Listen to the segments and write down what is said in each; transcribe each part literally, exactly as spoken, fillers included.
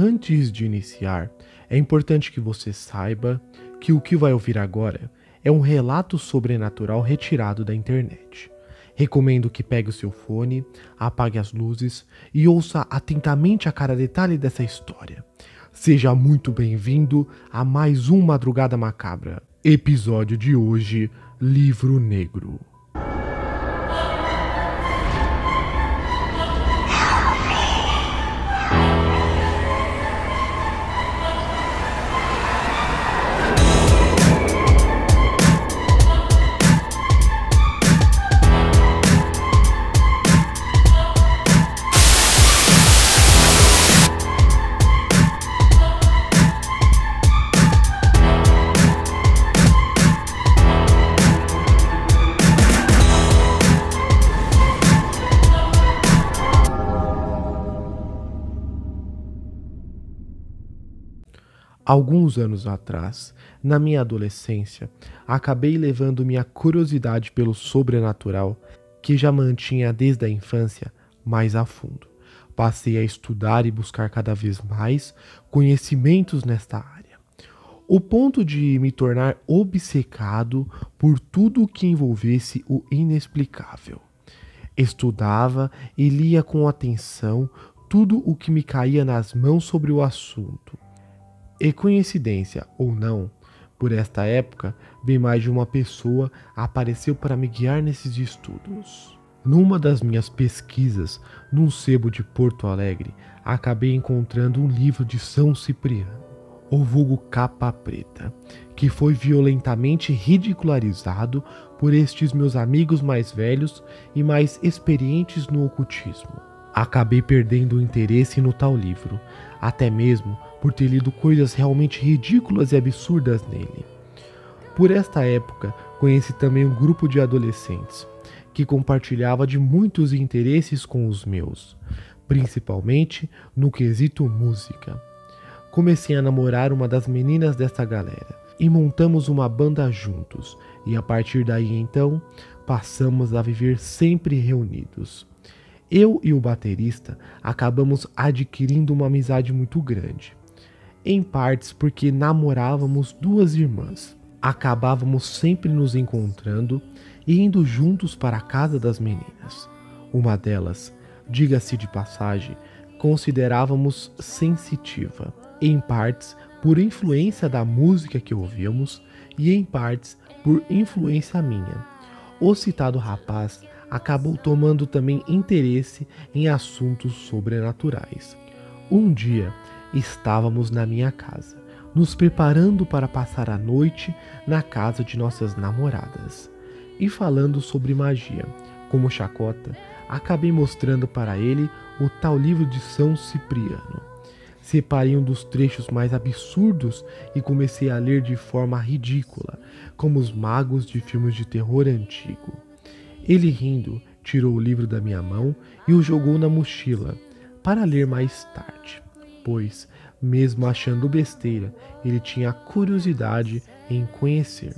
Antes de iniciar, é importante que você saiba que o que vai ouvir agora é um relato sobrenatural retirado da internet. Recomendo que pegue o seu fone, apague as luzes e ouça atentamente a cada detalhe dessa história. Seja muito bem-vindo a mais um Madrugada Macabra. Episódio de hoje, Livro Negro. Alguns anos atrás, na minha adolescência, acabei levando minha curiosidade pelo sobrenatural, que já mantinha desde a infância, mais a fundo. Passei a estudar e buscar cada vez mais conhecimentos nesta área, o ponto de me tornar obcecado por tudo o que envolvesse o inexplicável. Estudava e lia com atenção tudo o que me caía nas mãos sobre o assunto. E coincidência ou não, por esta época, bem mais de uma pessoa apareceu para me guiar nesses estudos. Numa das minhas pesquisas, num sebo de Porto Alegre, acabei encontrando um livro de São Cipriano, o vulgo Capa Preta, que foi violentamente ridicularizado por estes meus amigos mais velhos e mais experientes no ocultismo. Acabei perdendo o interesse no tal livro, até mesmo por ter lido coisas realmente ridículas e absurdas nele. Por esta época, conheci também um grupo de adolescentes que compartilhava de muitos interesses com os meus, principalmente no quesito música. Comecei a namorar uma das meninas dessa galera e montamos uma banda juntos, e a partir daí então, passamos a viver sempre reunidos. Eu e o baterista acabamos adquirindo uma amizade muito grande, em partes porque namorávamos duas irmãs. Acabávamos sempre nos encontrando e indo juntos para a casa das meninas. Uma delas, diga-se de passagem, considerávamos sensitiva, em partes por influência da música que ouvíamos e em partes por influência minha. O citado rapaz acabou tomando também interesse em assuntos sobrenaturais. Um dia, estávamos na minha casa, nos preparando para passar a noite na casa de nossas namoradas, e falando sobre magia. Como chacota, acabei mostrando para ele o tal livro de São Cipriano. Separei um dos trechos mais absurdos e comecei a ler de forma ridícula, como os magos de filmes de terror antigo. Ele, rindo, tirou o livro da minha mão e o jogou na mochila para ler mais tarde, pois, mesmo achando besteira, ele tinha curiosidade em conhecer.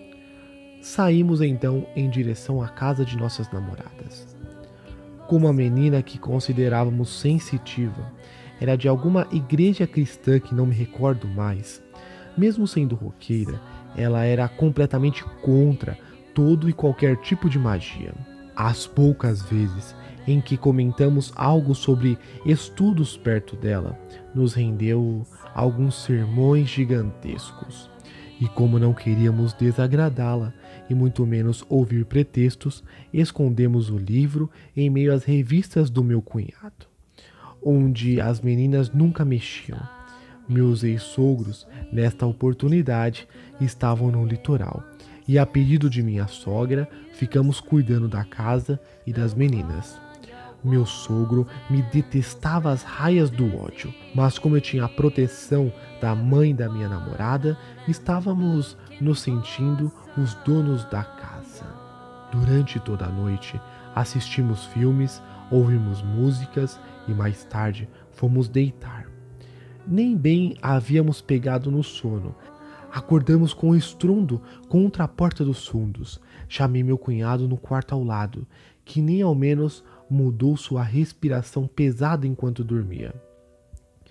Saímos então em direção à casa de nossas namoradas. Como a menina que considerávamos sensitiva era de alguma igreja cristã que não me recordo mais, mesmo sendo roqueira, ela era completamente contra todo e qualquer tipo de magia. As poucas vezes em que comentamos algo sobre estudos perto dela, nos rendeu alguns sermões gigantescos. E como não queríamos desagradá-la, e muito menos ouvir pretextos, escondemos o livro em meio às revistas do meu cunhado, onde as meninas nunca mexiam. Meus ex-sogros, nesta oportunidade, estavam no litoral, e a pedido de minha sogra, ficamos cuidando da casa e das meninas. Meu sogro me detestava às raias do ódio, mas como eu tinha a proteção da mãe da minha namorada, estávamos nos sentindo os donos da casa. Durante toda a noite, assistimos filmes, ouvimos músicas e mais tarde fomos deitar. Nem bem havíamos pegado no sono. Acordamos com um estrondo contra a porta dos fundos. Chamei meu cunhado no quarto ao lado, que nem ao menos mudou sua respiração pesada enquanto dormia.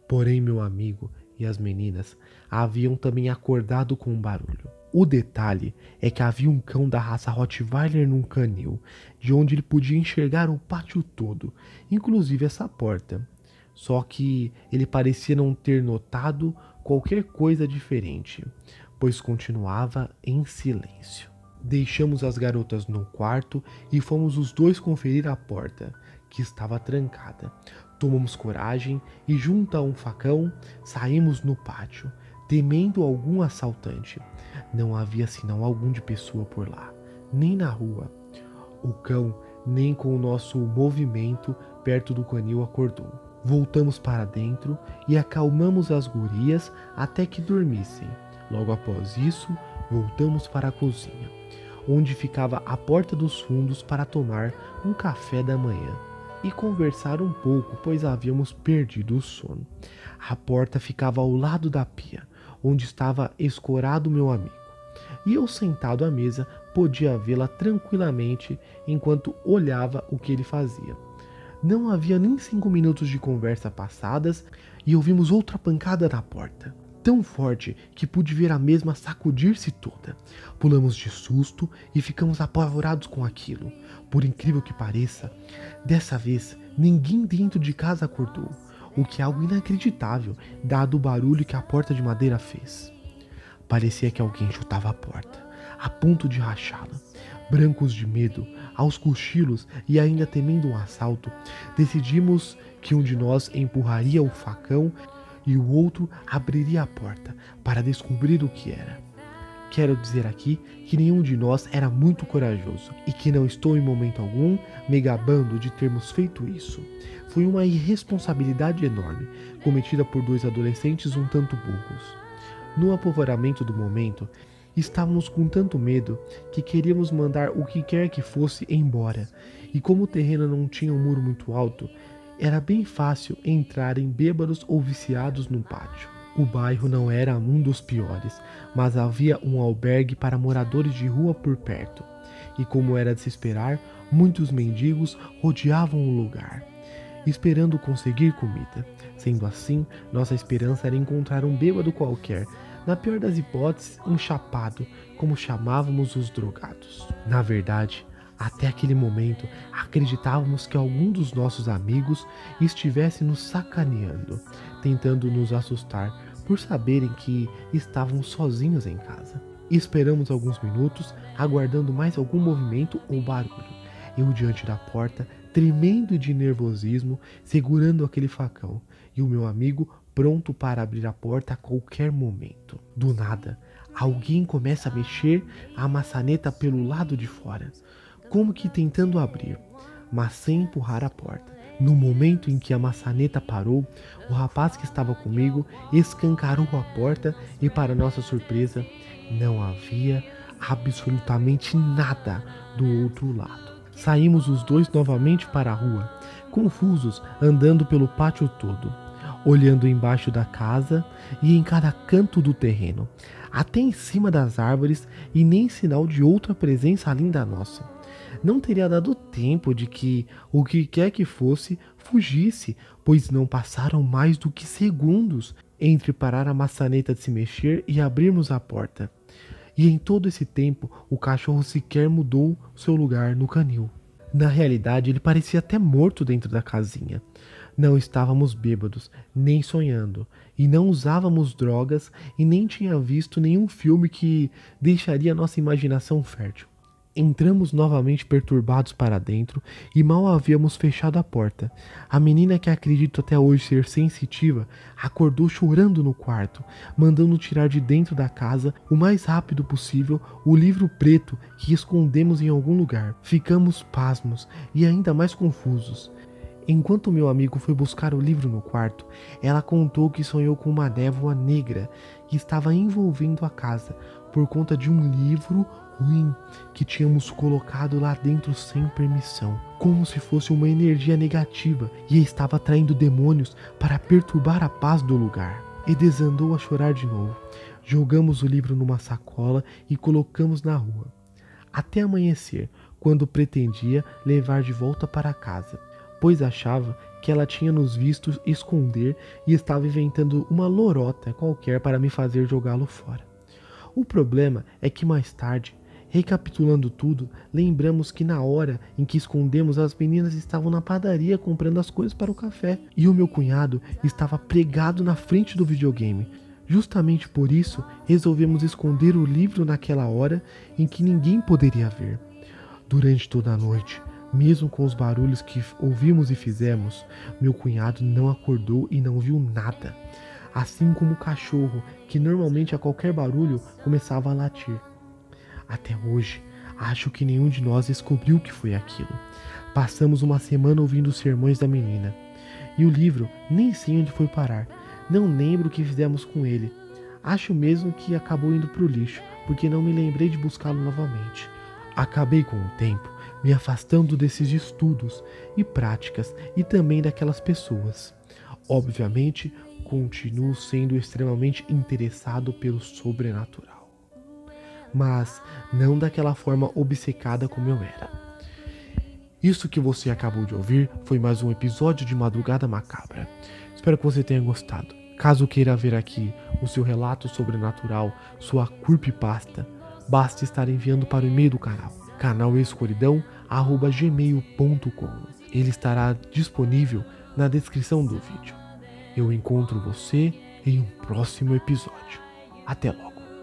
Porém, meu amigo e as meninas haviam também acordado com um barulho. O detalhe é que havia um cão da raça Rottweiler num canil, de onde ele podia enxergar o pátio todo, inclusive essa porta. Só que ele parecia não ter notado qualquer coisa diferente, pois continuava em silêncio. Deixamos as garotas no quarto e fomos os dois conferir a porta, que estava trancada. Tomamos coragem e, junto a um facão, saímos no pátio, temendo algum assaltante. Não havia sinal algum de pessoa por lá, nem na rua. O cão, nem com o nosso movimento perto do canil, acordou. Voltamos para dentro e acalmamos as gurias até que dormissem. Logo após isso, voltamos para a cozinha, onde ficava a porta dos fundos, para tomar um café da manhã e conversar um pouco, pois havíamos perdido o sono. A porta ficava ao lado da pia, onde estava escorado meu amigo, e eu, sentado à mesa, podia vê-la tranquilamente enquanto olhava o que ele fazia. Não havia nem cinco minutos de conversa passadas e ouvimos outra pancada na porta, tão forte que pude ver a mesma sacudir-se toda. Pulamos de susto e ficamos apavorados com aquilo. Por incrível que pareça, dessa vez ninguém dentro de casa acordou, o que é algo inacreditável, dado o barulho que a porta de madeira fez. Parecia que alguém chutava a porta, a ponto de rachá-la. Brancos de medo, aos cochilos e ainda temendo um assalto, decidimos que um de nós empurraria o facão e o outro abriria a porta para descobrir o que era. Quero dizer aqui que nenhum de nós era muito corajoso e que não estou em momento algum me gabando de termos feito isso. Foi uma irresponsabilidade enorme, cometida por dois adolescentes um tanto burros. No apavoramento do momento, estávamos com tanto medo que queríamos mandar o que quer que fosse embora, e como o terreno não tinha um muro muito alto, era bem fácil entrarem bêbados ou viciados no pátio. O bairro não era um dos piores, mas havia um albergue para moradores de rua por perto, e como era de se esperar, muitos mendigos rodeavam o lugar, esperando conseguir comida. Sendo assim, nossa esperança era encontrar um bêbado qualquer, na pior das hipóteses, um chapado, como chamávamos os drogados. Na verdade, até aquele momento, acreditávamos que algum dos nossos amigos estivesse nos sacaneando, tentando nos assustar por saberem que estávamos sozinhos em casa. Esperamos alguns minutos, aguardando mais algum movimento ou barulho. Eu diante da porta, tremendo de nervosismo, segurando aquele facão, e o meu amigo pronto para abrir a porta a qualquer momento. Do nada, alguém começa a mexer a maçaneta pelo lado de fora, como que tentando abrir, mas sem empurrar a porta. No momento em que a maçaneta parou, o rapaz que estava comigo escancarou a porta e, para nossa surpresa, não havia absolutamente nada do outro lado. Saímos os dois novamente para a rua, confusos, andando pelo pátio todo, olhando embaixo da casa e em cada canto do terreno, até em cima das árvores, e nem sinal de outra presença além da nossa. Não teria dado tempo de que o que quer que fosse fugisse, pois não passaram mais do que segundos entre parar a maçaneta de se mexer e abrirmos a porta. E em todo esse tempo, o cachorro sequer mudou seu lugar no canil. Na realidade, ele parecia até morto dentro da casinha. Não estávamos bêbados, nem sonhando, e não usávamos drogas e nem tinha visto nenhum filme que deixaria nossa imaginação fértil. Entramos novamente perturbados para dentro e mal havíamos fechado a porta. A menina, que acredito até hoje ser sensitiva, acordou chorando no quarto, mandando tirar de dentro da casa o mais rápido possível o livro preto que escondemos em algum lugar. Ficamos pasmos e ainda mais confusos. Enquanto meu amigo foi buscar o livro no quarto, ela contou que sonhou com uma névoa negra que estava envolvendo a casa por conta de um livro ruim que tínhamos colocado lá dentro sem permissão, como se fosse uma energia negativa, e estava atraindo demônios para perturbar a paz do lugar. E desandou a chorar de novo. Jogamos o livro numa sacola e colocamos na rua, até amanhecer, quando pretendia levar de volta para casa, pois achava que ela tinha nos visto esconder e estava inventando uma lorota qualquer para me fazer jogá-lo fora. O problema é que mais tarde, recapitulando tudo, lembramos que na hora em que escondemos, as meninas estavam na padaria comprando as coisas para o café e o meu cunhado estava pregado na frente do videogame. Justamente por isso, resolvemos esconder o livro naquela hora em que ninguém poderia ver. Durante toda a noite, mesmo com os barulhos que ouvimos e fizemos, meu cunhado não acordou e não viu nada. Assim como o cachorro, que normalmente a qualquer barulho começava a latir. Até hoje, acho que nenhum de nós descobriu o que foi aquilo. Passamos uma semana ouvindo os sermões da menina. E o livro, nem sei onde foi parar. Não lembro o que fizemos com ele. Acho mesmo que acabou indo para o lixo, porque não me lembrei de buscá-lo novamente. Acabei com o tempo me afastando desses estudos e práticas e também daquelas pessoas. Obviamente, continuo sendo extremamente interessado pelo sobrenatural. Mas não daquela forma obcecada como eu era. Isso que você acabou de ouvir foi mais um episódio de Madrugada Macabra. Espero que você tenha gostado. Caso queira ver aqui o seu relato sobrenatural, sua creepypasta, basta estar enviando para o e-mail do canal, canalescuridão arroba gmail ponto com. Ele estará disponível na descrição do vídeo. Eu encontro você em um próximo episódio. Até logo.